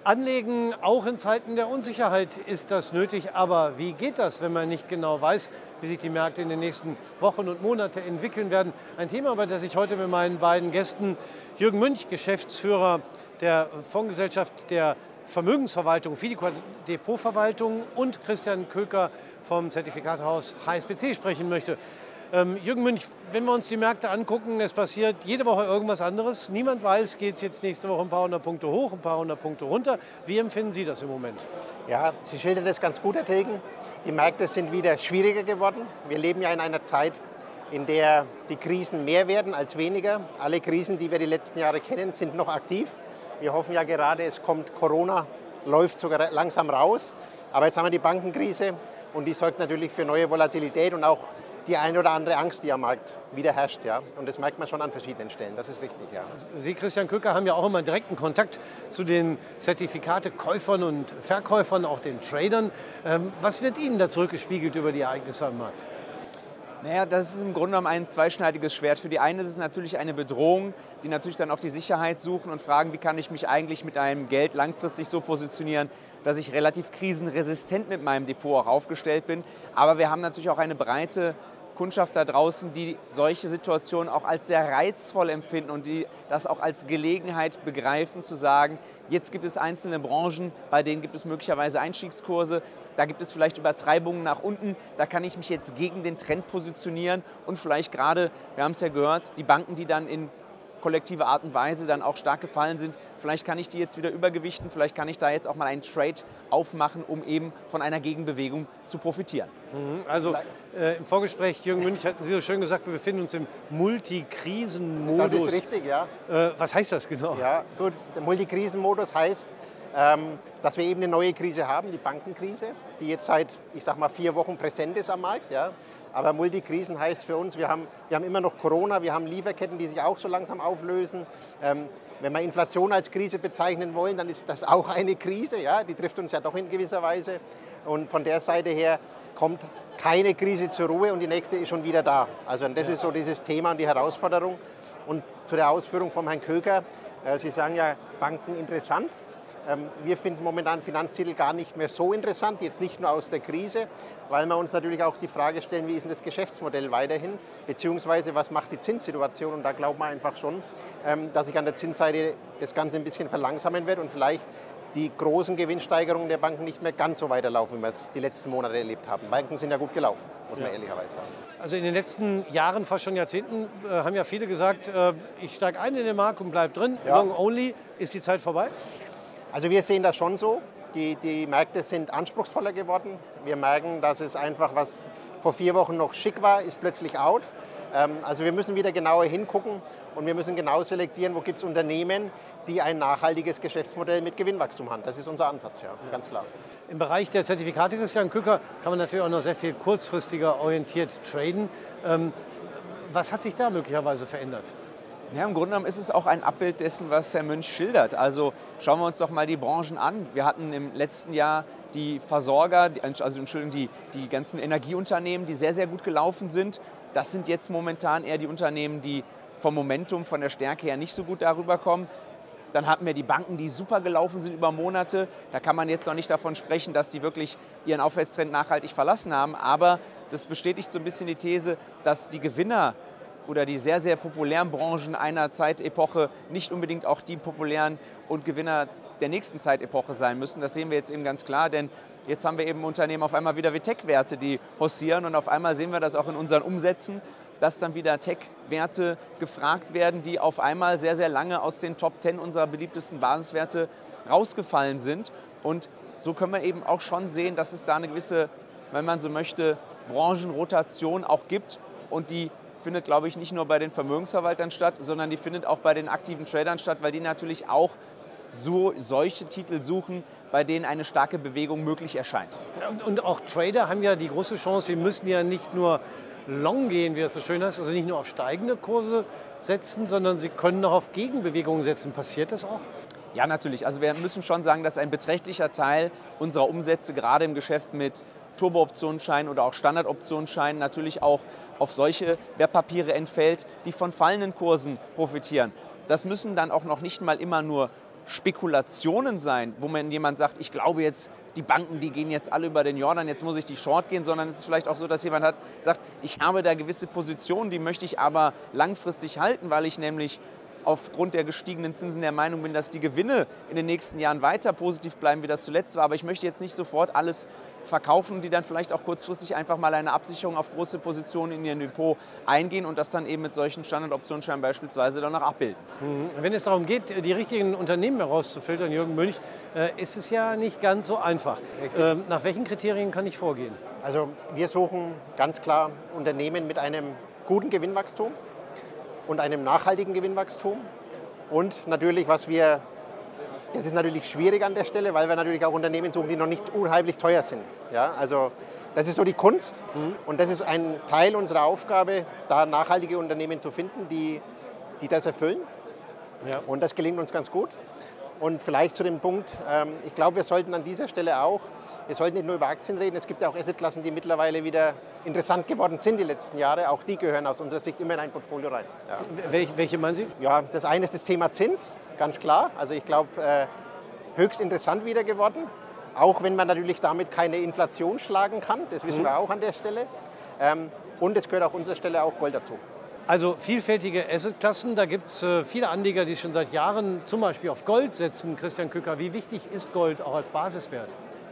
Anlegen, auch in Zeiten der Unsicherheit ist das nötig. Aber wie geht das, wenn man nicht genau weiß, wie sich die Märkte in den nächsten Wochen und Monaten entwickeln werden? Ein Thema, über das ich heute mit meinen beiden Gästen, Jürgen Münch, Geschäftsführer der Fondsgesellschaft der Vermögensverwaltung, Fiducia Depotverwaltung, und Christian Köker vom Zertifikatehaus HSBC sprechen möchte. Jürgen Münch, wenn wir uns die Märkte angucken, es passiert jede Woche irgendwas anderes. Niemand weiß, geht es jetzt nächste Woche ein paar hundert Punkte hoch, ein paar hundert Punkte runter. Wie empfinden Sie das im Moment? Ja, Sie schildern das ganz gut, Herr Tilgen. Die Märkte sind wieder schwieriger geworden. Wir leben ja in einer Zeit, in der die Krisen mehr werden als weniger. Alle Krisen, die wir die letzten Jahre kennen, sind noch aktiv. Wir hoffen ja gerade, es kommt Corona, läuft sogar langsam raus. Aber jetzt haben wir die Bankenkrise und die sorgt natürlich für neue Volatilität und auch die eine oder andere Angst, die am Markt wieder herrscht. Ja. Und das merkt man schon an verschiedenen Stellen, das ist richtig. Ja. Sie, Christian Köker, haben ja auch immer direkten Kontakt zu den Zertifikatekäufern und Verkäufern, auch den Tradern. Was wird Ihnen da zurückgespiegelt über die Ereignisse am Markt? Naja, das ist im Grunde genommen ein zweischneidiges Schwert. Für die einen ist es natürlich eine Bedrohung, die natürlich dann auch die Sicherheit suchen und fragen, wie kann ich mich eigentlich mit einem Geld langfristig so positionieren, dass ich relativ krisenresistent mit meinem Depot auch aufgestellt bin. Aber wir haben natürlich auch eine breite Kundschaft da draußen, die solche Situationen auch als sehr reizvoll empfinden und die das auch als Gelegenheit begreifen, zu sagen, jetzt gibt es einzelne Branchen, bei denen gibt es möglicherweise Einstiegskurse, da gibt es vielleicht Übertreibungen nach unten, da kann ich mich jetzt gegen den Trend positionieren und vielleicht gerade, wir haben es ja gehört, die Banken, die dann in kollektive Art und Weise dann auch stark gefallen sind. Vielleicht kann ich die jetzt wieder übergewichten, vielleicht kann ich da jetzt auch mal einen Trade aufmachen, um eben von einer Gegenbewegung zu profitieren. Also im Vorgespräch, Jürgen Münch, hatten Sie so schön gesagt, wir befinden uns im Multikrisenmodus. Das ist richtig, ja. Was heißt das genau? Ja, gut, der Multikrisenmodus heißt, dass wir eben eine neue Krise haben, die Bankenkrise, die jetzt seit, ich sag mal, 4 Wochen präsent ist am Markt. Ja. Aber Multikrisen heißt für uns, wir haben immer noch Corona, wir haben Lieferketten, die sich auch so langsam auflösen. Wenn wir Inflation als Krise bezeichnen wollen, dann ist das auch eine Krise. Ja. Die trifft uns ja doch in gewisser Weise. Und von der Seite her kommt keine Krise zur Ruhe und die nächste ist schon wieder da. Also das ist so dieses Thema und die Herausforderung. Und zu der Ausführung von Herrn Köker, Sie sagen ja, Banken interessant. Wir finden momentan Finanztitel gar nicht mehr so interessant, jetzt nicht nur aus der Krise, weil wir uns natürlich auch die Frage stellen, wie ist denn das Geschäftsmodell weiterhin, beziehungsweise was macht die Zinssituation, und da glauben wir einfach schon, dass sich an der Zinsseite das Ganze ein bisschen verlangsamen wird und vielleicht die großen Gewinnsteigerungen der Banken nicht mehr ganz so weiterlaufen, wie wir es die letzten Monate erlebt haben. Banken sind ja gut gelaufen, muss man ehrlicherweise sagen. Also in den letzten Jahren, fast schon Jahrzehnten, haben ja viele gesagt, ich steige ein in den Markt und bleibe drin, long only. Ist die Zeit vorbei? Also wir sehen das schon so. Die Märkte sind anspruchsvoller geworden. Wir merken, dass es einfach, was vor 4 Wochen noch schick war, ist plötzlich out. Also wir müssen wieder genauer hingucken und wir müssen genau selektieren, wo gibt es Unternehmen, die ein nachhaltiges Geschäftsmodell mit Gewinnwachstum haben. Das ist unser Ansatz, ja, ganz klar. Im Bereich der Zertifikate, Christian Köker, kann man natürlich auch noch sehr viel kurzfristiger orientiert traden. Was hat sich da möglicherweise verändert? Ja, im Grunde genommen ist es auch ein Abbild dessen, was Herr Münch schildert. Also schauen wir uns doch mal die Branchen an. Wir hatten im letzten Jahr die Versorger, die ganzen Energieunternehmen, die sehr, sehr gut gelaufen sind. Das sind jetzt momentan eher die Unternehmen, die vom Momentum, von der Stärke her nicht so gut darüber kommen. Dann hatten wir die Banken, die super gelaufen sind über Monate. Da kann man jetzt noch nicht davon sprechen, dass die wirklich ihren Aufwärtstrend nachhaltig verlassen haben. Aber das bestätigt so ein bisschen die These, dass die Gewinner oder die sehr, sehr populären Branchen einer Zeitepoche nicht unbedingt auch die populären und Gewinner der nächsten Zeitepoche sein müssen. Das sehen wir jetzt eben ganz klar, denn jetzt haben wir eben Unternehmen auf einmal wieder wie Tech-Werte, die haussieren, und auf einmal sehen wir das auch in unseren Umsätzen, dass dann wieder Tech-Werte gefragt werden, die auf einmal sehr, sehr lange aus den Top 10 unserer beliebtesten Basiswerte rausgefallen sind. Und so können wir eben auch schon sehen, dass es da eine gewisse, wenn man so möchte, Branchenrotation auch gibt, und die findet, glaube ich, nicht nur bei den Vermögensverwaltern statt, sondern die findet auch bei den aktiven Tradern statt, weil die natürlich auch solche Titel suchen, bei denen eine starke Bewegung möglich erscheint. Und auch Trader haben ja die große Chance, sie müssen ja nicht nur long gehen, wie das so schön heißt, also nicht nur auf steigende Kurse setzen, sondern sie können auch auf Gegenbewegungen setzen. Passiert das auch? Ja, natürlich. Also wir müssen schon sagen, dass ein beträchtlicher Teil unserer Umsätze gerade im Geschäft mit Turbo-Optionsscheinen oder auch Standard-Optionsscheinen natürlich auch auf solche Wertpapiere entfällt, die von fallenden Kursen profitieren. Das müssen dann auch noch nicht mal immer nur Spekulationen sein, wo man jemand sagt, ich glaube jetzt, die Banken, die gehen jetzt alle über den Jordan, jetzt muss ich die Short gehen, sondern es ist vielleicht auch so, dass jemand sagt, ich habe da gewisse Positionen, die möchte ich aber langfristig halten, weil ich nämlich aufgrund der gestiegenen Zinsen der Meinung bin, dass die Gewinne in den nächsten Jahren weiter positiv bleiben, wie das zuletzt war. Aber ich möchte jetzt nicht sofort alles verkaufen, die dann vielleicht auch kurzfristig einfach mal eine Absicherung auf große Positionen in ihr Depot eingehen und das dann eben mit solchen Standardoptionsscheinen beispielsweise dann auch abbilden. Wenn es darum geht, die richtigen Unternehmen herauszufiltern, Jürgen Münch, ist es ja nicht ganz so einfach. Nach welchen Kriterien kann ich vorgehen? Also wir suchen ganz klar Unternehmen mit einem guten Gewinnwachstum und einem nachhaltigen Gewinnwachstum und natürlich, das ist natürlich schwierig an der Stelle, weil wir natürlich auch Unternehmen suchen, die noch nicht unheimlich teuer sind. Ja, also das ist so die Kunst und das ist ein Teil unserer Aufgabe, da nachhaltige Unternehmen zu finden, die das erfüllen. Ja. Und das gelingt uns ganz gut. Und vielleicht zu dem Punkt, ich glaube, wir sollten an dieser Stelle wir sollten nicht nur über Aktien reden, es gibt ja auch Assetklassen, die mittlerweile wieder interessant geworden sind die letzten Jahre. Auch die gehören aus unserer Sicht immer in ein Portfolio rein. Ja. Welche meinen Sie? Ja, das eine ist das Thema Zins, ganz klar. Also ich glaube, höchst interessant wieder geworden. Auch wenn man natürlich damit keine Inflation schlagen kann, das wissen wir auch an der Stelle. Und es gehört auch an unserer Stelle auch Gold dazu. Also vielfältige Assetklassen, da gibt es viele Anleger, die schon seit Jahren zum Beispiel auf Gold setzen. Christian Kücker, wie wichtig ist Gold auch als Basiswert?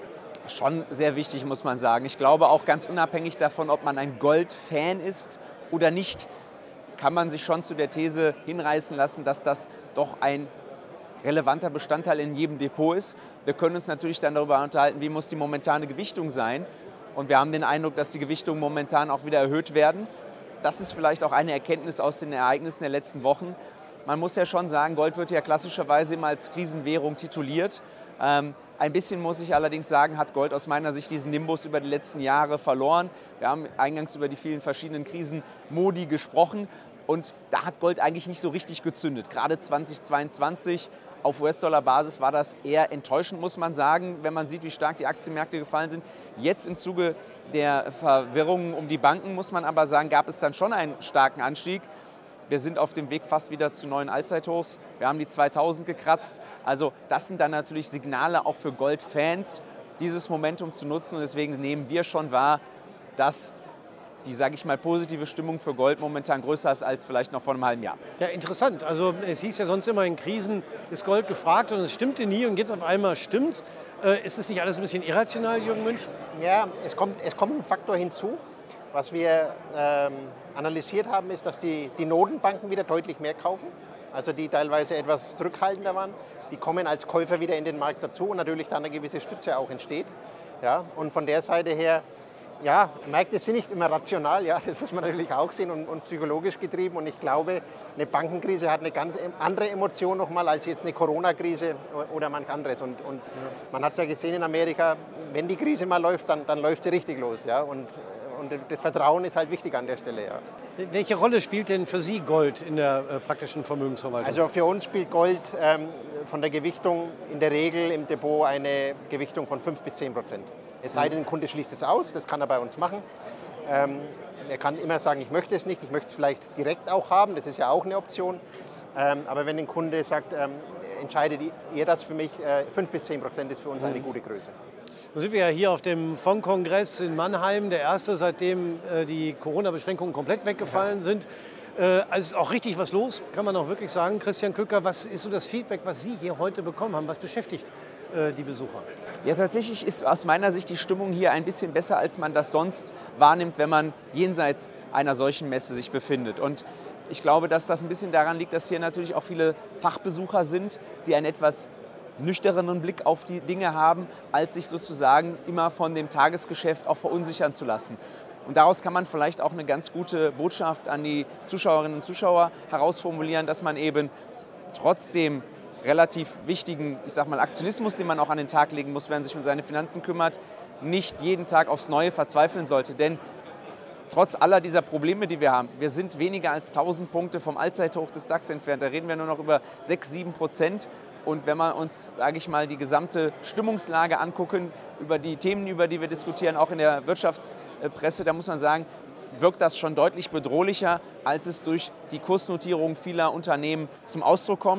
Schon sehr wichtig, muss man sagen. Ich glaube auch ganz unabhängig davon, ob man ein Gold-Fan ist oder nicht, kann man sich schon zu der These hinreißen lassen, dass das doch ein relevanter Bestandteil in jedem Depot ist. Wir können uns natürlich dann darüber unterhalten, wie muss die momentane Gewichtung sein. Und wir haben den Eindruck, dass die Gewichtungen momentan auch wieder erhöht werden. Das ist vielleicht auch eine Erkenntnis aus den Ereignissen der letzten Wochen. Man muss ja schon sagen, Gold wird ja klassischerweise immer als Krisenwährung tituliert. Ein bisschen, muss ich allerdings sagen, hat Gold aus meiner Sicht diesen Nimbus über die letzten Jahre verloren. Wir haben eingangs über die vielen verschiedenen Krisenmodi gesprochen und da hat Gold eigentlich nicht so richtig gezündet. Gerade 2022 auf US-Dollar-Basis war das eher enttäuschend, muss man sagen, wenn man sieht, wie stark die Aktienmärkte gefallen sind. Jetzt im Zuge der Verwirrungen um die Banken, muss man aber sagen, gab es dann schon einen starken Anstieg. Wir sind auf dem Weg fast wieder zu neuen Allzeithochs. Wir haben die 2000 gekratzt. Also das sind dann natürlich Signale auch für Goldfans, dieses Momentum zu nutzen. Und deswegen nehmen wir schon wahr, dass die, sage ich mal, positive Stimmung für Gold momentan größer ist als vielleicht noch vor einem halben Jahr. Ja, interessant. Also es hieß ja sonst immer, in Krisen ist Gold gefragt und es stimmte nie und jetzt auf einmal stimmt's. Ist es nicht alles ein bisschen irrational, Jürgen Münch? Ja, es kommt ein Faktor hinzu. Was wir analysiert haben, ist, dass die Notenbanken wieder deutlich mehr kaufen. Also die teilweise etwas zurückhaltender waren. Die kommen als Käufer wieder in den Markt dazu und natürlich dann eine gewisse Stütze auch entsteht. Ja, und von der Seite her, ja, Märkte sind nicht immer rational, ja, das muss man natürlich auch sehen und psychologisch getrieben. Und ich glaube, eine Bankenkrise hat eine ganz andere Emotion nochmal als jetzt eine Corona-Krise oder manch anderes. Und man hat es ja gesehen in Amerika, wenn die Krise mal läuft, dann läuft sie richtig los. Ja, und das Vertrauen ist halt wichtig an der Stelle. Ja. Welche Rolle spielt denn für Sie Gold in der praktischen Vermögensverwaltung? Also für uns spielt Gold von der Gewichtung in der Regel im Depot eine Gewichtung von 5 bis 10%. Es sei denn, der Kunde schließt es aus, das kann er bei uns machen. Er kann immer sagen, ich möchte es nicht, ich möchte es vielleicht direkt auch haben, das ist ja auch eine Option. Aber wenn ein Kunde sagt, entscheidet ihr das für mich, 5 bis 10% ist für uns eine gute Größe. Nun sind wir ja hier auf dem Fondskongress in Mannheim, der erste, seitdem die Corona-Beschränkungen komplett weggefallen sind. Also ist auch richtig was los, kann man auch wirklich sagen. Christian Kücker, was ist so das Feedback, was Sie hier heute bekommen haben? Was beschäftigt die Besucher? Ja, tatsächlich ist aus meiner Sicht die Stimmung hier ein bisschen besser, als man das sonst wahrnimmt, wenn man jenseits einer solchen Messe sich befindet. Und ich glaube, dass das ein bisschen daran liegt, dass hier natürlich auch viele Fachbesucher sind, die einen etwas nüchterneren Blick auf die Dinge haben, als sich sozusagen immer von dem Tagesgeschäft auch verunsichern zu lassen. Und daraus kann man vielleicht auch eine ganz gute Botschaft an die Zuschauerinnen und Zuschauer herausformulieren, dass man eben trotzdem relativ wichtigen, ich sag mal, Aktionismus, den man auch an den Tag legen muss, wenn man sich um seine Finanzen kümmert, nicht jeden Tag aufs Neue verzweifeln sollte. Denn trotz aller dieser Probleme, die wir haben, wir sind weniger als 1000 Punkte vom Allzeithoch des DAX entfernt. Da reden wir nur noch über 6-7%. Und wenn wir uns, sage ich mal, die gesamte Stimmungslage angucken, über die Themen, über die wir diskutieren, auch in der Wirtschaftspresse, da muss man sagen, wirkt das schon deutlich bedrohlicher, als es durch die Kursnotierung vieler Unternehmen zum Ausdruck kommt.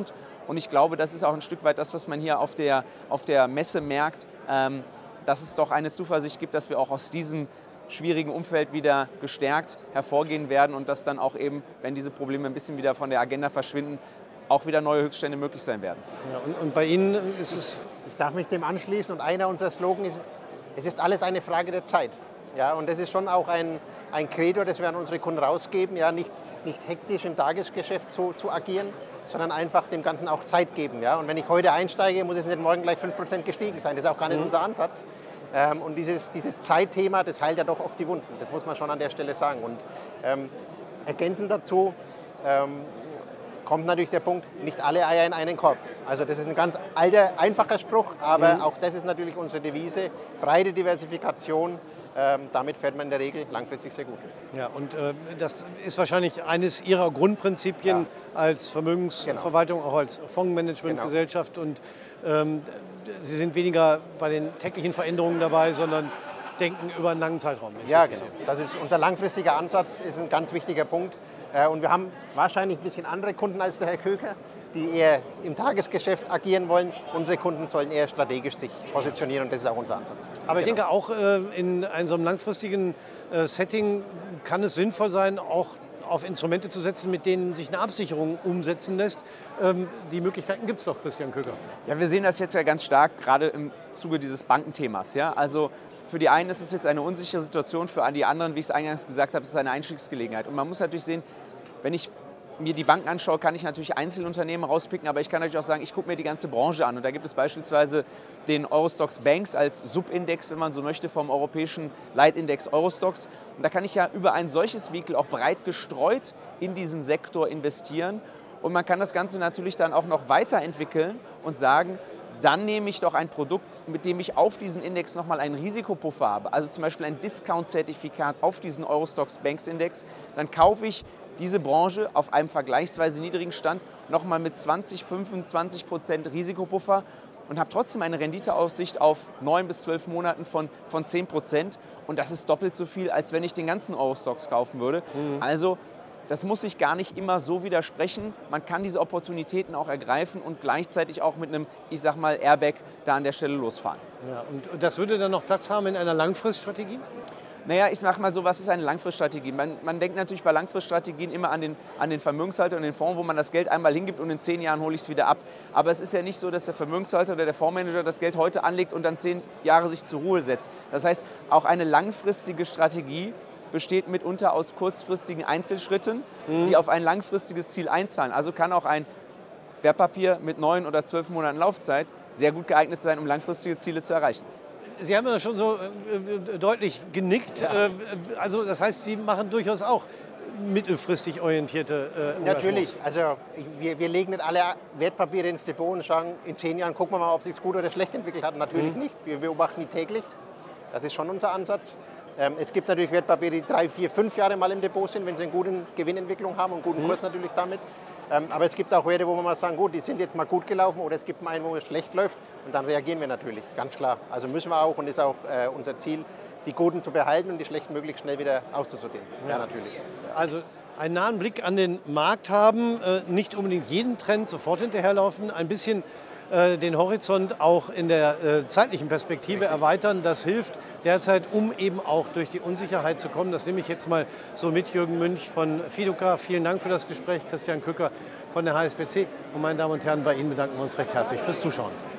Und ich glaube, das ist auch ein Stück weit das, was man hier auf der Messe merkt, dass es doch eine Zuversicht gibt, dass wir auch aus diesem schwierigen Umfeld wieder gestärkt hervorgehen werden und dass dann auch eben, wenn diese Probleme ein bisschen wieder von der Agenda verschwinden, auch wieder neue Höchststände möglich sein werden. Ja, und bei Ihnen ist es... Ich darf mich dem anschließen und einer unserer Slogans ist, es ist alles eine Frage der Zeit. Ja, und das ist schon auch ein Credo, das wir an unsere Kunden rausgeben, ja, nicht hektisch im Tagesgeschäft zu agieren, sondern einfach dem Ganzen auch Zeit geben. Ja. Und wenn ich heute einsteige, muss es nicht morgen gleich 5% gestiegen sein. Das ist auch gar nicht unser Ansatz. Und dieses Zeitthema, das heilt ja doch oft die Wunden. Das muss man schon an der Stelle sagen. Und ergänzend dazu kommt natürlich der Punkt, nicht alle Eier in einen Korb. Also das ist ein ganz alter, einfacher Spruch, aber auch das ist natürlich unsere Devise, breite Diversifikation. Damit fährt man in der Regel langfristig sehr gut. Ja, und das ist wahrscheinlich eines Ihrer Grundprinzipien als Vermögensverwaltung, auch als Fondsmanagementgesellschaft. Und Sie sind weniger bei den täglichen Veränderungen dabei, sondern denken über einen langen Zeitraum. Ja, genau. Das ist unser langfristiger Ansatz, ist ein ganz wichtiger Punkt. Und wir haben wahrscheinlich ein bisschen andere Kunden als der Herr Köker, die eher im Tagesgeschäft agieren wollen. Unsere Kunden sollen eher strategisch sich positionieren und das ist auch unser Ansatz. Aber ich denke auch in einem so einem langfristigen Setting kann es sinnvoll sein, auch auf Instrumente zu setzen, mit denen sich eine Absicherung umsetzen lässt. Die Möglichkeiten gibt es doch, Christian Köker. Ja, wir sehen das jetzt ja ganz stark, gerade im Zuge dieses Bankenthemas. Ja? Also für die einen ist es jetzt eine unsichere Situation, für die anderen, wie ich es eingangs gesagt habe, ist es eine Einstiegsgelegenheit. Und man muss natürlich sehen, wenn ich mir die Banken anschaue, kann ich natürlich Einzelunternehmen rauspicken, aber ich kann natürlich auch sagen, ich gucke mir die ganze Branche an. Und da gibt es beispielsweise den Eurostoxx Banks als Subindex, wenn man so möchte, vom europäischen Leitindex Eurostoxx. Und da kann ich ja über ein solches Vehikel auch breit gestreut in diesen Sektor investieren. Und man kann das Ganze natürlich dann auch noch weiterentwickeln und sagen, dann nehme ich doch ein Produkt, mit dem ich auf diesen Index nochmal einen Risikopuffer habe. Also zum Beispiel ein Discount-Zertifikat auf diesen Eurostoxx Banks Index. Dann kaufe ich diese Branche auf einem vergleichsweise niedrigen Stand nochmal mit 20-25% Risikopuffer und habe trotzdem eine Renditeaussicht auf 9 bis 12 Monaten von 10%. Und das ist doppelt so viel, als wenn ich den ganzen Eurostoxx kaufen würde. Also das muss sich gar nicht immer so widersprechen. Man kann diese Opportunitäten auch ergreifen und gleichzeitig auch mit einem, ich sag mal, Airbag da an der Stelle losfahren. Ja, und das würde dann noch Platz haben in einer Langfriststrategie? Naja, ich sag mal so, was ist eine Langfriststrategie? Man denkt natürlich bei Langfriststrategien immer an den Vermögenshalter und den Fonds, wo man das Geld einmal hingibt und in 10 Jahren hole ich es wieder ab. Aber es ist ja nicht so, dass der Vermögenshalter oder der Fondsmanager das Geld heute anlegt und dann 10 Jahre sich zur Ruhe setzt. Das heißt, auch eine langfristige Strategie besteht mitunter aus kurzfristigen Einzelschritten, die auf ein langfristiges Ziel einzahlen. Also kann auch ein Wertpapier mit 9 oder 12 Monaten Laufzeit sehr gut geeignet sein, um langfristige Ziele zu erreichen. Sie haben ja schon so deutlich genickt. Ja. Also das heißt, Sie machen durchaus auch mittelfristig orientierte Natürlich. Also wir legen nicht alle Wertpapiere ins Depot und sagen, in 10 Jahren gucken wir mal, ob es sich gut oder schlecht entwickelt hat. Natürlich nicht. Wir beobachten die täglich. Das ist schon unser Ansatz. Es gibt natürlich Wertpapiere, die 3, 4, 5 Jahre mal im Depot sind, wenn sie eine gute Gewinnentwicklung haben und einen guten Kurs natürlich damit. Aber es gibt auch Werte, wo wir mal sagen, gut, die sind jetzt mal gut gelaufen oder es gibt mal einen, wo es schlecht läuft und dann reagieren wir natürlich, ganz klar. Also müssen wir auch und ist auch unser Ziel, die Guten zu behalten und die Schlechten möglichst schnell wieder auszusortieren. Ja, natürlich. Also einen nahen Blick an den Markt haben, nicht unbedingt jeden Trend sofort hinterherlaufen, ein bisschen den Horizont auch in der zeitlichen Perspektive erweitern. Das hilft derzeit, um eben auch durch die Unsicherheit zu kommen. Das nehme ich jetzt mal so mit. Jürgen Münch von Fiducia. Vielen Dank für das Gespräch. Christian Köker von der HSBC. Und meine Damen und Herren, bei Ihnen bedanken wir uns recht herzlich fürs Zuschauen.